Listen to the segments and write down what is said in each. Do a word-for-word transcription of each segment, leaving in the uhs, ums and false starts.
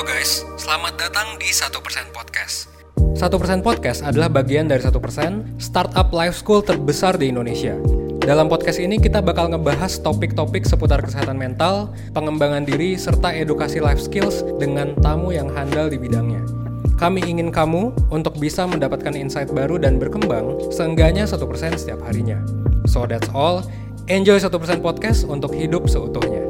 Halo guys, selamat datang di satu persen Podcast. satu persen Podcast adalah bagian dari satu persen startup life school terbesar di Indonesia. Dalam podcast ini kita bakal ngebahas topik-topik seputar kesehatan mental, pengembangan diri, serta edukasi life skills dengan tamu yang handal di bidangnya. Kami ingin kamu untuk bisa mendapatkan insight baru dan berkembang seenggaknya satu persen setiap harinya. So that's all, enjoy satu persen Podcast untuk hidup seutuhnya.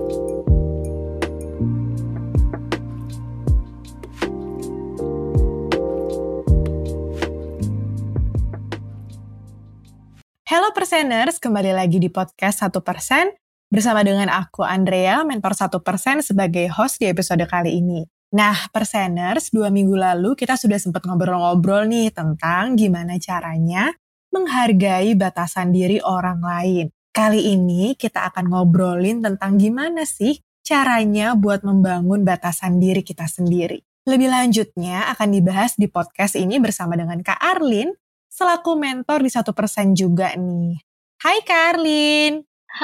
Halo Perseners, kembali lagi di podcast satu persen bersama dengan aku Andrea, mentor satu persen sebagai host di episode kali ini. Nah, Perseners, dua minggu lalu kita sudah sempat ngobrol-ngobrol nih tentang gimana caranya menghargai batasan diri orang lain. Kali ini kita akan ngobrolin tentang gimana sih caranya buat membangun batasan diri kita sendiri. Lebih lanjutnya akan dibahas di podcast ini bersama dengan Kak Arlin, selaku mentor di satu persen juga nih. Hai Kak Arlin.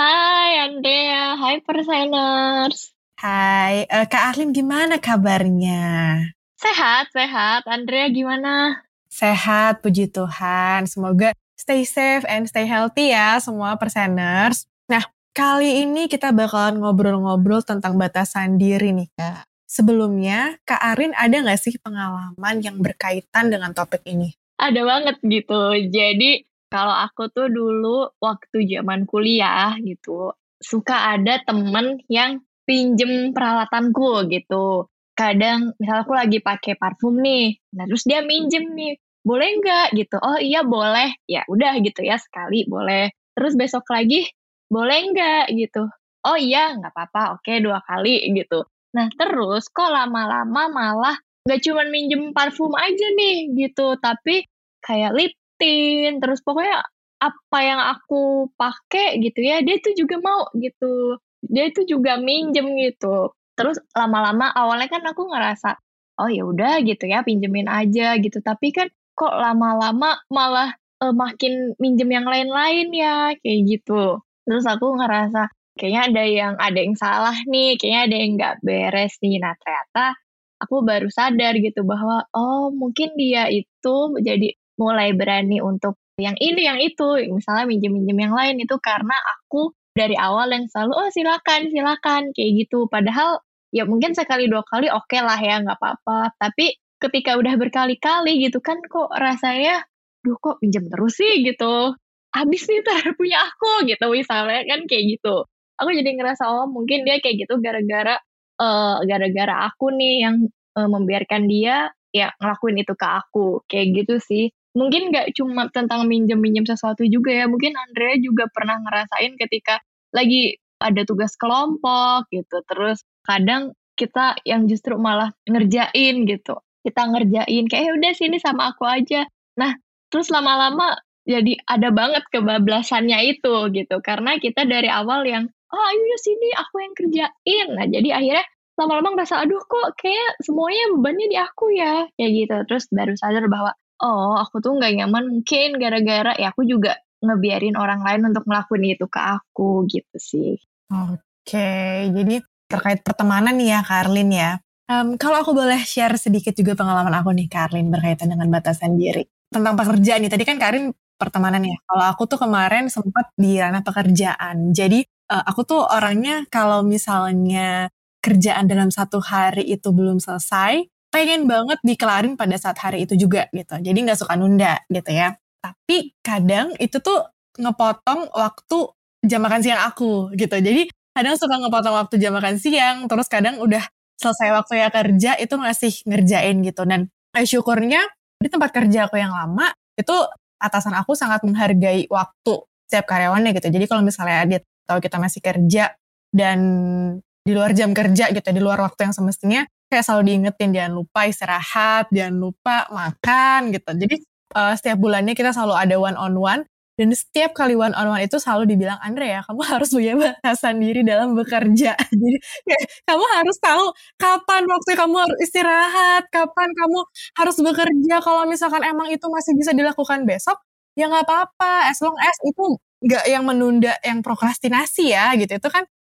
Hai Andrea, hai Perseners. Hai, uh, Kak Arlin gimana kabarnya? Sehat, sehat. Andrea gimana? Sehat, puji Tuhan. Semoga stay safe and stay healthy ya semua Perseners. Nah, kali ini kita bakalan ngobrol-ngobrol tentang batasan diri nih Kak. Sebelumnya, Kak Arlin ada gak sih pengalaman yang berkaitan dengan topik ini? Ada banget gitu. Jadi kalau aku tuh dulu waktu zaman kuliah gitu, suka ada temen yang pinjem peralatanku gitu. Kadang misalnya aku lagi pakai parfum nih, nah terus dia minjem nih, boleh nggak gitu? Oh iya boleh, ya udah gitu ya sekali boleh. Terus besok lagi boleh nggak gitu? Oh iya nggak apa-apa, oke dua kali gitu. Nah terus kok lama-lama malah gak cuma minjem parfum aja nih gitu, tapi kayak lip tint, terus pokoknya apa yang aku pakai gitu ya, dia tuh juga mau gitu. Dia tuh juga minjem gitu. Terus lama-lama awalnya kan aku ngerasa, oh ya udah gitu ya, pinjemin aja gitu. Tapi kan kok lama-lama malah uh, makin minjem yang lain-lain ya, kayak gitu. Terus aku ngerasa kayaknya ada yang ada yang salah nih, kayaknya ada yang nggak beres nih. Nah ternyata aku baru sadar gitu bahwa oh mungkin dia itu jadi mulai berani untuk yang ini yang itu, misalnya minjem-minjem yang lain itu karena aku dari awal yang selalu oh silakan silakan kayak gitu. Padahal ya mungkin sekali dua kali oke okay lah ya nggak apa-apa. Tapi ketika udah berkali-kali gitu kan kok rasanya, duh kok pinjem terus sih gitu. Habis nih ntar punya aku gitu misalnya kan kayak gitu. Aku jadi ngerasa oh mungkin dia kayak gitu gara-gara Uh, gara-gara aku nih yang uh, membiarkan dia ya ngelakuin itu ke aku kayak gitu sih. Mungkin gak cuma tentang minjem-minjem sesuatu juga ya, mungkin Andrea juga pernah ngerasain ketika lagi ada tugas kelompok gitu, terus kadang kita yang justru malah ngerjain gitu, kita ngerjain kayak udah sini sama aku aja. Nah terus lama-lama jadi ada banget kebablasannya itu gitu, karena kita dari awal yang oh ayo sini aku yang kerjain. Nah jadi akhirnya lama-lama ngerasa aduh kok kayak semuanya bebannya di aku ya kayak gitu. Terus baru sadar bahwa oh aku tuh gak nyaman mungkin gara-gara ya aku juga ngebiarin orang lain untuk ngelakuin itu ke aku gitu sih. Oke, jadi terkait pertemanan nih ya Kak Arlin ya. Um, kalau aku boleh share sedikit juga pengalaman aku nih Kak Arlin berkaitan dengan batasan diri. Tentang pekerjaan nih, tadi kan Kak Arlin pertemanan ya. Kalau aku tuh kemarin sempat di ranah pekerjaan. Jadi uh, aku tuh orangnya kalau misalnya kerjaan dalam satu hari itu belum selesai, pengen banget dikelarin pada saat hari itu juga gitu. Jadi gak suka nunda gitu ya. Tapi kadang itu tuh ngepotong waktu jam makan siang aku gitu. Jadi kadang suka ngepotong waktu jam makan siang, terus kadang udah selesai waktunya kerja itu masih ngerjain gitu. Dan eh, syukurnya di tempat kerja aku yang lama, itu atasan aku sangat menghargai waktu setiap karyawannya gitu. Jadi kalau misalnya dia tahu kita masih kerja dan di luar jam kerja gitu, di luar waktu yang semestinya, kayak selalu diingetin jangan lupa istirahat, jangan lupa makan gitu. Jadi uh, setiap bulannya kita selalu ada one on one, dan setiap kali one on one itu selalu dibilang Andrea, kamu harus punya batasan diri dalam bekerja. Jadi kayak, kamu harus tahu kapan waktu kamu harus istirahat, kapan kamu harus bekerja. Kalau misalkan emang itu masih bisa dilakukan besok, ya nggak apa-apa, as long as itu nggak yang menunda, yang prokrastinasi ya gitu. Itu kan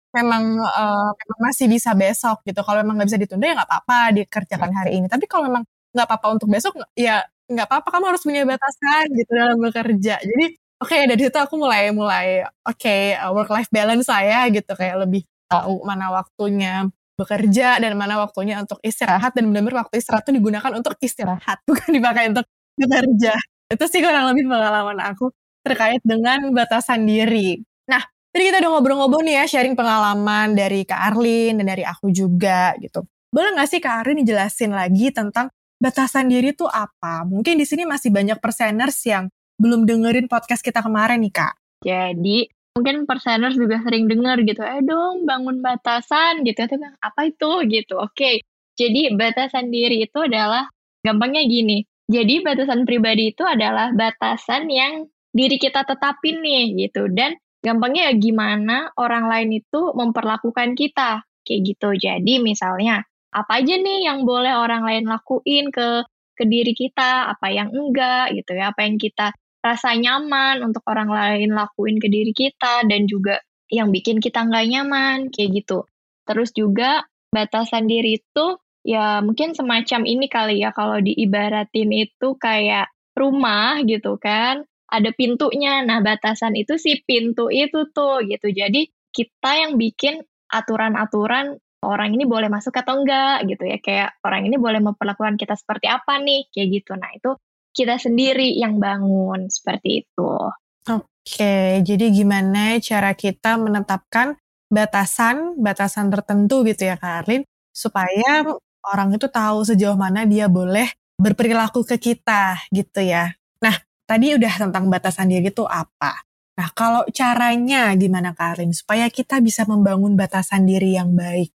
memang uh, memang masih bisa besok gitu. Kalau memang nggak bisa ditunda ya nggak apa-apa dikerjakan hari ini. Tapi kalau memang nggak apa-apa untuk besok, ya nggak apa-apa. Kamu harus punya batasan gitu dalam bekerja. Jadi oke okay, dari situ aku mulai mulai oke okay, work life balance saya gitu, kayak lebih tahu mana waktunya bekerja dan mana waktunya untuk istirahat, dan benar-benar waktu istirahat itu digunakan untuk istirahat, bukan dipakai untuk bekerja. Itu sih kurang lebih pengalaman aku terkait dengan batasan diri. Nah, tadi kita udah ngobrol-ngobrol nih ya, sharing pengalaman dari Kak Arlin dan dari aku juga gitu. Boleh nggak sih Kak Arlin dijelasin lagi tentang batasan diri itu apa? Mungkin di sini masih banyak perseners yang belum dengerin podcast kita kemarin nih Kak. Jadi mungkin perseners juga sering dengar gitu, eh dong bangun batasan gitu. Tapi apa itu gitu? Oke, jadi batasan diri itu adalah, gampangnya gini. Jadi batasan pribadi itu adalah batasan yang diri kita tetapin nih gitu. Dan gampangnya ya gimana orang lain itu memperlakukan kita kayak gitu. Jadi misalnya apa aja nih yang boleh orang lain lakuin ke ke diri kita, apa yang enggak gitu ya, apa yang kita rasa nyaman untuk orang lain lakuin ke diri kita, dan juga yang bikin kita nggak nyaman kayak gitu. Terus juga batasan diri itu ya mungkin semacam ini kali ya, kalau diibaratin itu kayak rumah gitu kan, ada pintunya. Nah, batasan itu si pintu itu tuh gitu. Jadi kita yang bikin aturan-aturan orang ini boleh masuk atau enggak gitu ya. Kayak orang ini boleh memperlakukan kita seperti apa nih kayak gitu. Nah, itu kita sendiri yang bangun seperti itu. Oke, jadi gimana cara kita menetapkan batasan-batasan tertentu gitu ya Kak Arlin, supaya orang itu tahu sejauh mana dia boleh berperilaku ke kita gitu ya. Nah, tadi udah tentang batasan diri itu apa. Nah, kalau caranya gimana Kak Arlin supaya kita bisa membangun batasan diri yang baik?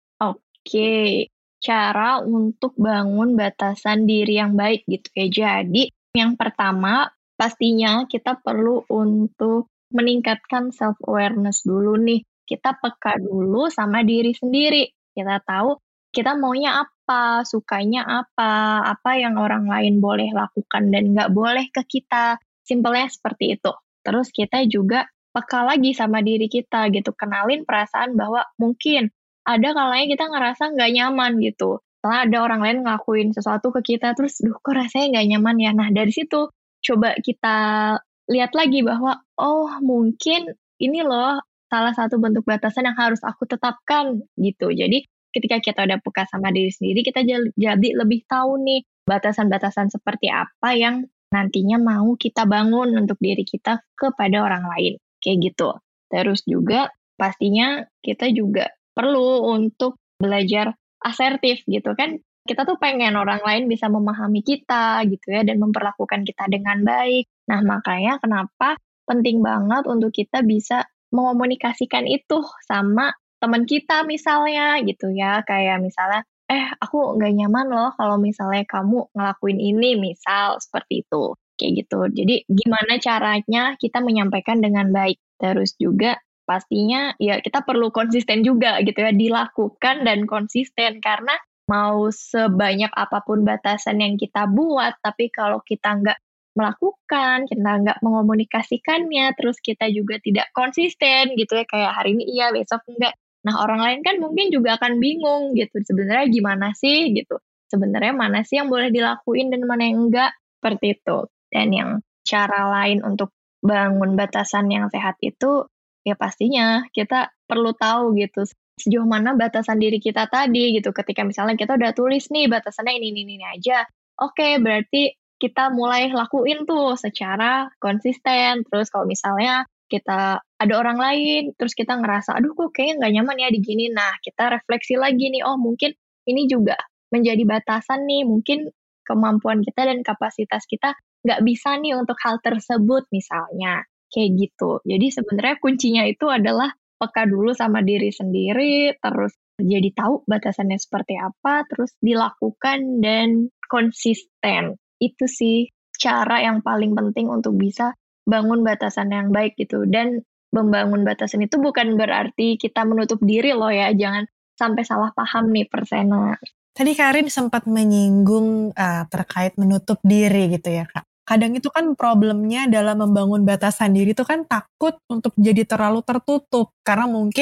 Oke, cara untuk bangun batasan diri yang baik gitu ya. Jadi yang pertama, pastinya kita perlu untuk meningkatkan self-awareness dulu nih. Kita peka dulu sama diri sendiri. Kita tahu kita maunya apa, sukanya apa, apa yang orang lain boleh lakukan dan nggak boleh ke kita. Simpelnya seperti itu. Terus kita juga peka lagi sama diri kita gitu. Kenalin perasaan bahwa mungkin ada kalanya kita ngerasa nggak nyaman gitu. Setelah ada orang lain ngelakuin sesuatu ke kita, terus duh kok rasanya nggak nyaman ya. Nah dari situ coba kita lihat lagi bahwa oh mungkin ini loh salah satu bentuk batasan yang harus aku tetapkan gitu. Jadi ketika kita udah peka sama diri sendiri, kita jadi lebih tahu nih batasan-batasan seperti apa yang nantinya mau kita bangun untuk diri kita kepada orang lain kayak gitu. Terus juga pastinya kita juga perlu untuk belajar asertif gitu kan. Kita tuh pengen orang lain bisa memahami kita gitu ya, dan memperlakukan kita dengan baik. Nah makanya kenapa penting banget untuk kita bisa mengomunikasikan itu sama teman kita misalnya gitu ya. Kayak misalnya, eh aku gak nyaman loh kalau misalnya kamu ngelakuin ini, misal seperti itu. Kayak gitu. Jadi gimana caranya kita menyampaikan dengan baik. Terus juga pastinya ya kita perlu konsisten juga gitu ya, dilakukan dan konsisten, karena mau sebanyak apapun batasan yang kita buat, tapi kalau kita nggak melakukan, kita nggak mengomunikasikannya, terus kita juga tidak konsisten gitu ya, kayak hari ini iya, besok enggak. Nah orang lain kan mungkin juga akan bingung gitu, sebenarnya gimana sih gitu, sebenarnya mana sih yang boleh dilakuin dan mana yang enggak, seperti itu. Dan yang cara lain untuk bangun batasan yang sehat itu ya pastinya kita perlu tahu gitu sejauh mana batasan diri kita tadi gitu. Ketika misalnya kita udah tulis nih batasannya ini, ini, ini aja. Oke, berarti kita mulai lakuin tuh secara konsisten. Terus kalau misalnya kita ada orang lain, terus kita ngerasa, aduh kok kayaknya nggak nyaman ya di gini. Nah, kita refleksi lagi nih, oh mungkin ini juga menjadi batasan nih. Mungkin kemampuan kita dan kapasitas kita nggak bisa nih untuk hal tersebut misalnya. Kayak gitu. Jadi sebenarnya kuncinya itu adalah peka dulu sama diri sendiri, terus jadi tahu batasannya seperti apa, terus dilakukan dan konsisten. Itu sih cara yang paling penting untuk bisa bangun batasan yang baik gitu. Dan membangun batasan itu bukan berarti kita menutup diri loh ya, jangan sampai salah paham nih Persener. Tadi Karin sempat menyinggung uh, terkait menutup diri gitu ya Kak. Kadang itu kan problemnya dalam membangun batasan diri itu kan takut untuk jadi terlalu tertutup. Karena mungkin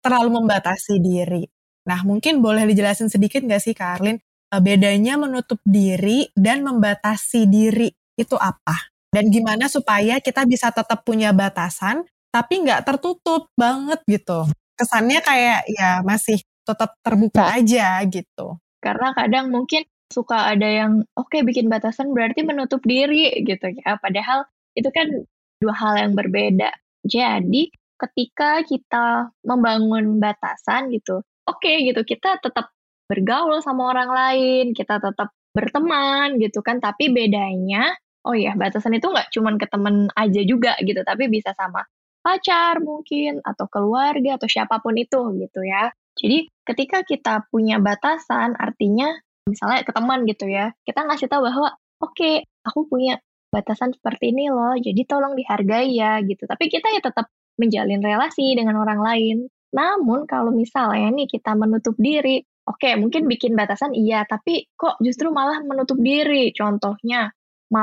terlalu membatasi diri. Nah, mungkin boleh dijelasin sedikit nggak sih Kak Arlin, bedanya menutup diri dan membatasi diri itu apa? Dan gimana supaya kita bisa tetap punya batasan, tapi nggak tertutup banget gitu. Kesannya kayak ya masih tetap terbuka aja gitu. Karena kadang mungkin suka ada yang oke okay, bikin batasan berarti menutup diri gitu ya. Padahal itu kan dua hal yang berbeda. Jadi ketika kita membangun batasan gitu, oke okay, gitu kita tetap bergaul sama orang lain, kita tetap berteman gitu kan. Tapi bedanya, oh ya batasan itu nggak cuma ke temen aja juga gitu, tapi bisa sama pacar mungkin atau keluarga atau siapapun itu gitu ya. Jadi ketika kita punya batasan, artinya misalnya ke teman gitu ya, kita ngasih tahu bahwa oke, okay, aku punya batasan seperti ini loh, jadi tolong dihargai ya gitu. Tapi kita ya tetap menjalin relasi dengan orang lain. Namun kalau misalnya nih kita menutup diri, oke okay, mungkin bikin batasan iya, tapi kok justru malah menutup diri. Contohnya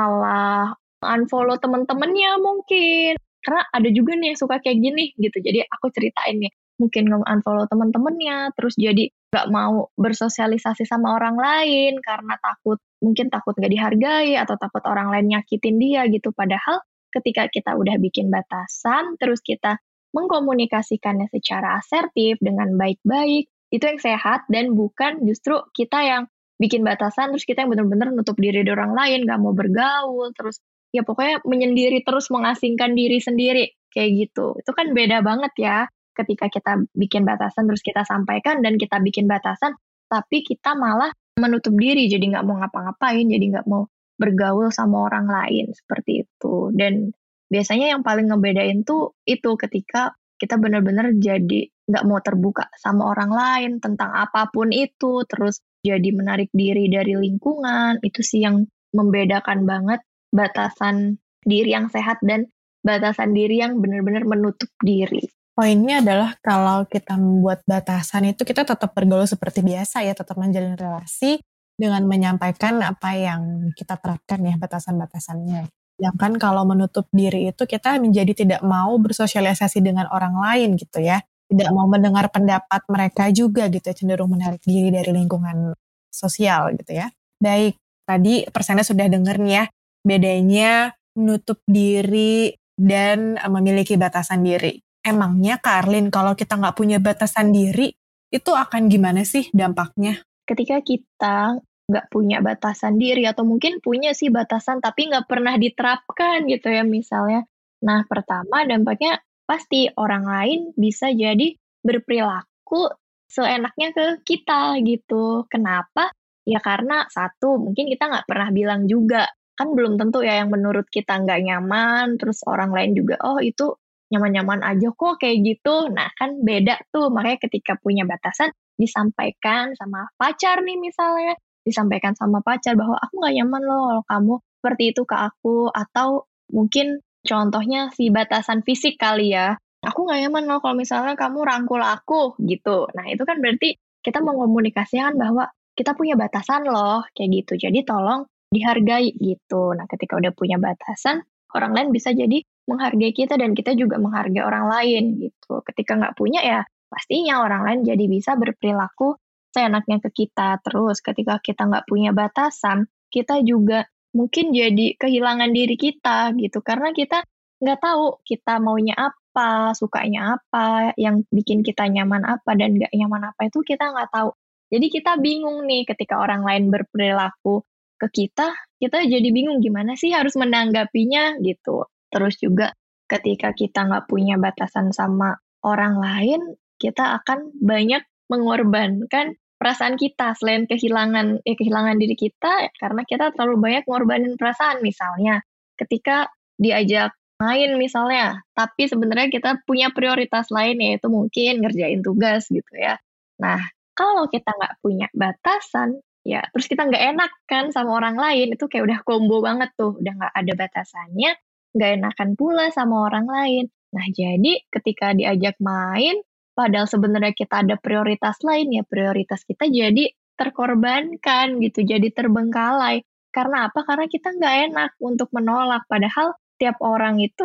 malah unfollow teman-temannya mungkin. Karena ada juga nih yang suka kayak gini gitu. Jadi aku ceritain nih, mungkin nge-unfollow teman-temannya, terus jadi gak mau bersosialisasi sama orang lain karena takut, mungkin takut gak dihargai atau takut orang lain nyakitin dia gitu. Padahal ketika kita udah bikin batasan, terus kita mengkomunikasikannya secara asertif dengan baik-baik, itu yang sehat dan bukan justru kita yang bikin batasan, terus kita yang benar-benar nutup diri dari orang lain, gak mau bergaul, terus ya pokoknya menyendiri terus mengasingkan diri sendiri kayak gitu. Itu kan beda banget ya ketika kita bikin batasan terus kita sampaikan dan kita bikin batasan tapi kita malah menutup diri jadi nggak mau ngapa-ngapain, jadi nggak mau bergaul sama orang lain seperti itu. Dan biasanya yang paling ngebedain tuh itu ketika kita benar-benar jadi nggak mau terbuka sama orang lain tentang apapun itu, terus jadi menarik diri dari lingkungan. Itu sih yang membedakan banget batasan diri yang sehat dan batasan diri yang benar-benar menutup diri. Poinnya adalah kalau kita membuat batasan itu kita tetap bergaul seperti biasa ya, tetap menjalin relasi dengan menyampaikan apa yang kita terapkan ya batasan-batasannya. Sedangkan kalau menutup diri itu kita menjadi tidak mau bersosialisasi dengan orang lain gitu ya, tidak mau mendengar pendapat mereka juga gitu, cenderung menarik diri dari lingkungan sosial gitu ya. Baik, tadi Persena sudah dengar nih ya, bedanya menutup diri dan memiliki batasan diri. Emangnya Kak Arlin kalau kita nggak punya batasan diri, itu akan gimana sih dampaknya? Ketika kita nggak punya batasan diri atau mungkin punya sih batasan tapi nggak pernah diterapkan gitu ya misalnya. Nah pertama dampaknya pasti orang lain bisa jadi berperilaku seenaknya ke kita gitu. Kenapa? Ya karena satu mungkin kita nggak pernah bilang juga. Kan belum tentu ya yang menurut kita nggak nyaman, terus orang lain juga, oh itu nyaman-nyaman aja kok kayak gitu. Nah kan beda tuh, makanya ketika punya batasan, disampaikan sama pacar nih misalnya, disampaikan sama pacar bahwa aku nggak nyaman loh kalau kamu seperti itu ke aku, atau mungkin contohnya si batasan fisik kali ya, aku nggak nyaman loh kalau misalnya kamu rangkul aku gitu. Nah itu kan berarti kita mengkomunikasikan bahwa kita punya batasan loh, kayak gitu. Jadi tolong dihargai gitu. Nah ketika udah punya batasan, orang lain bisa jadi menghargai kita dan kita juga menghargai orang lain gitu. Ketika nggak punya ya pastinya orang lain jadi bisa berperilaku seenaknya ke kita. Terus ketika kita nggak punya batasan, kita juga mungkin jadi kehilangan diri kita gitu. Karena kita nggak tahu kita maunya apa, sukanya apa, yang bikin kita nyaman apa dan nggak nyaman apa itu kita nggak tahu. Jadi kita bingung nih ketika orang lain berperilaku ke kita, kita jadi bingung gimana sih harus menanggapinya gitu. Terus juga ketika kita nggak punya batasan sama orang lain, kita akan banyak mengorbankan perasaan kita selain kehilangan eh, kehilangan diri kita karena kita terlalu banyak ngorbanin perasaan. Misalnya ketika diajak main misalnya, tapi sebenarnya kita punya prioritas lain yaitu mungkin ngerjain tugas gitu ya. Nah kalau kita nggak punya batasan, ya terus kita nggak enak kan sama orang lain, itu kayak udah combo banget tuh, udah nggak ada batasannya, nggak enakan pula sama orang lain. Nah jadi ketika diajak main, padahal sebenarnya kita ada prioritas lain, ya prioritas kita jadi terkorbankan gitu, jadi terbengkalai. Karena apa? Karena kita nggak enak untuk menolak, padahal tiap orang itu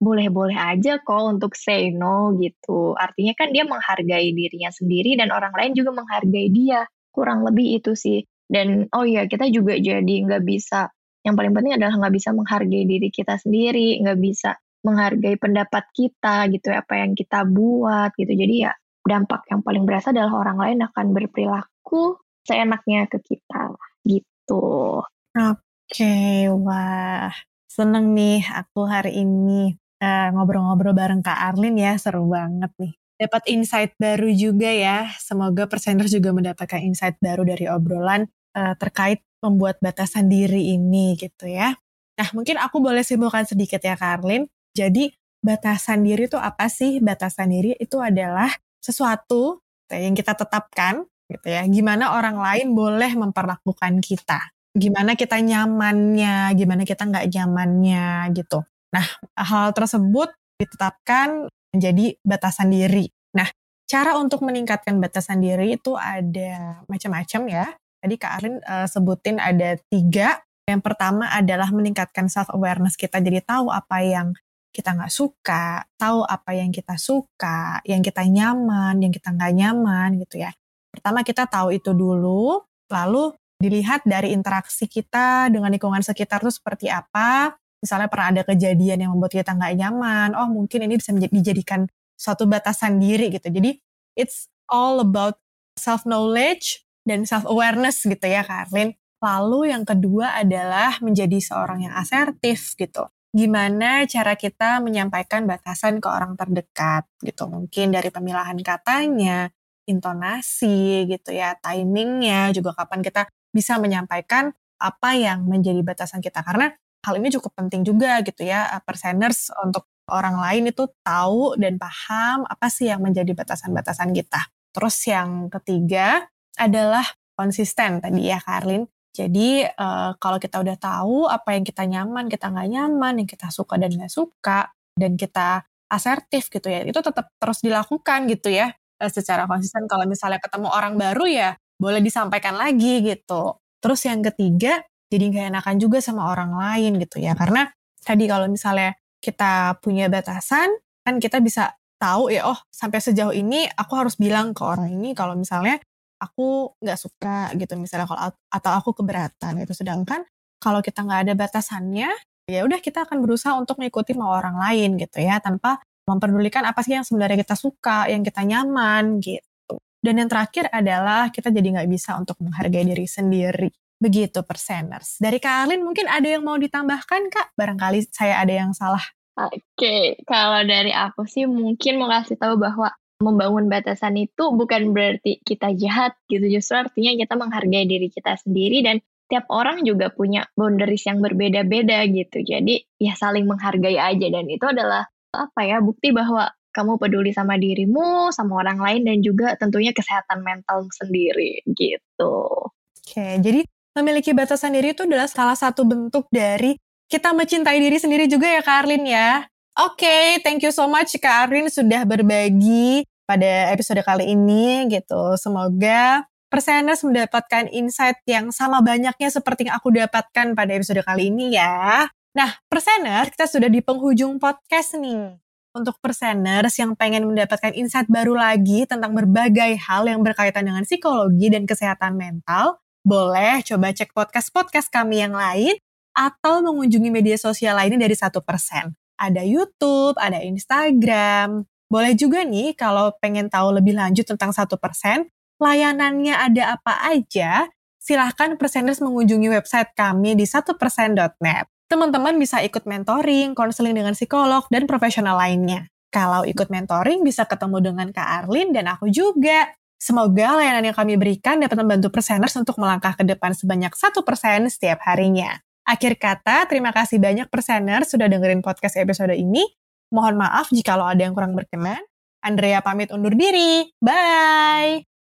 boleh-boleh aja kok untuk say no gitu. Artinya kan dia menghargai dirinya sendiri dan orang lain juga menghargai dia. Kurang lebih itu sih. Dan oh iya, kita juga jadi nggak bisa, yang paling penting adalah nggak bisa menghargai diri kita sendiri, nggak bisa menghargai pendapat kita gitu ya, apa yang kita buat gitu. Jadi ya dampak yang paling berasa adalah orang lain akan berperilaku seenaknya ke kita gitu. Oke, wah seneng nih aku hari ini uh, ngobrol-ngobrol bareng Kak Arlin ya, seru banget nih. Dapat insight baru juga ya, semoga perseners juga mendapatkan insight baru dari obrolan uh, terkait membuat batasan diri ini gitu ya. Nah mungkin aku boleh simpulkan sedikit ya Kak Arlin. Jadi batasan diri itu apa sih? Batasan diri itu adalah sesuatu yang kita tetapkan gitu ya. Gimana orang lain boleh memperlakukan kita. Gimana kita nyamannya, gimana kita nggak nyamannya gitu. Nah hal tersebut ditetapkan menjadi batasan diri. Nah cara untuk meningkatkan batasan diri itu ada macam-macam ya. Tadi Kak Arlin uh, sebutin ada tiga. Yang pertama adalah meningkatkan self-awareness kita. Jadi tahu apa yang kita nggak suka, tahu apa yang kita suka, yang kita nyaman, yang kita nggak nyaman gitu ya. Pertama kita tahu itu dulu, lalu dilihat dari interaksi kita dengan lingkungan sekitar itu seperti apa. Misalnya pernah ada kejadian yang membuat kita nggak nyaman, oh mungkin ini bisa dijadikan suatu batasan diri gitu. Jadi it's all about self-knowledge dan self-awareness gitu ya Kak Arlin. Lalu yang kedua adalah menjadi seorang yang asertif gitu. Gimana cara kita menyampaikan batasan ke orang terdekat gitu. Mungkin dari pemilihan katanya, intonasi gitu ya, timingnya, juga kapan kita bisa menyampaikan apa yang menjadi batasan kita. Karena hal ini cukup penting juga gitu ya, perseners untuk orang lain itu tahu dan paham apa sih yang menjadi batasan-batasan kita. Terus yang ketiga adalah konsisten tadi ya Kak Arlin. Jadi uh, kalau kita udah tahu apa yang kita nyaman, kita nggak nyaman, yang kita suka dan nggak suka, dan kita asertif gitu ya, itu tetap terus dilakukan gitu ya, uh, secara konsisten. Kalau misalnya ketemu orang baru ya boleh disampaikan lagi gitu. Terus yang ketiga, jadi nggak enakan juga sama orang lain gitu ya, karena tadi kalau misalnya kita punya batasan, kan kita bisa tahu ya, oh sampai sejauh ini aku harus bilang ke orang ini kalau misalnya aku nggak suka gitu misalnya kalau atau aku keberatan gitu. Sedangkan kalau kita nggak ada batasannya, ya udah kita akan berusaha untuk mengikuti mau orang lain gitu ya, tanpa memperdulikan apa sih yang sebenarnya kita suka, yang kita nyaman gitu. Dan yang terakhir adalah kita jadi nggak bisa untuk menghargai diri sendiri. Begitu perseners. Dari Kak Arlin mungkin ada yang mau ditambahkan Kak? Barangkali saya ada yang salah. Oke, kalau dari aku sih mungkin mau kasih tahu bahwa membangun batasan itu bukan berarti kita jahat gitu, justru artinya kita menghargai diri kita sendiri dan tiap orang juga punya boundaries yang berbeda-beda gitu. Jadi ya saling menghargai aja, dan itu adalah apa ya, bukti bahwa kamu peduli sama dirimu, sama orang lain, dan juga tentunya kesehatan mental sendiri gitu. Oke, jadi memiliki batasan diri itu adalah salah satu bentuk dari kita mencintai diri sendiri juga ya Kak Arlin ya. Oke, okay, thank you so much Kak Arlin sudah berbagi pada episode kali ini gitu. Semoga perseners mendapatkan insight yang sama banyaknya seperti yang aku dapatkan pada episode kali ini ya. Nah, perseners, kita sudah di penghujung podcast nih. Untuk perseners yang pengen mendapatkan insight baru lagi tentang berbagai hal yang berkaitan dengan psikologi dan kesehatan mental, boleh coba cek podcast-podcast kami yang lain atau mengunjungi media sosial lainnya dari satu persen. Ada YouTube, ada Instagram. Boleh juga nih kalau pengen tahu lebih lanjut tentang satu persen, layanannya ada apa aja, silahkan perseners mengunjungi website kami di satu persen dot net. Teman-teman bisa ikut mentoring, konseling dengan psikolog, dan profesional lainnya. Kalau ikut mentoring bisa ketemu dengan Kak Arlin dan aku juga. Semoga layanan yang kami berikan dapat membantu perseners untuk melangkah ke depan sebanyak satu persen setiap harinya. Akhir kata, terima kasih banyak perseners sudah dengerin podcast episode ini. Mohon maaf jika ada yang kurang berkenan. Andrea pamit undur diri. Bye!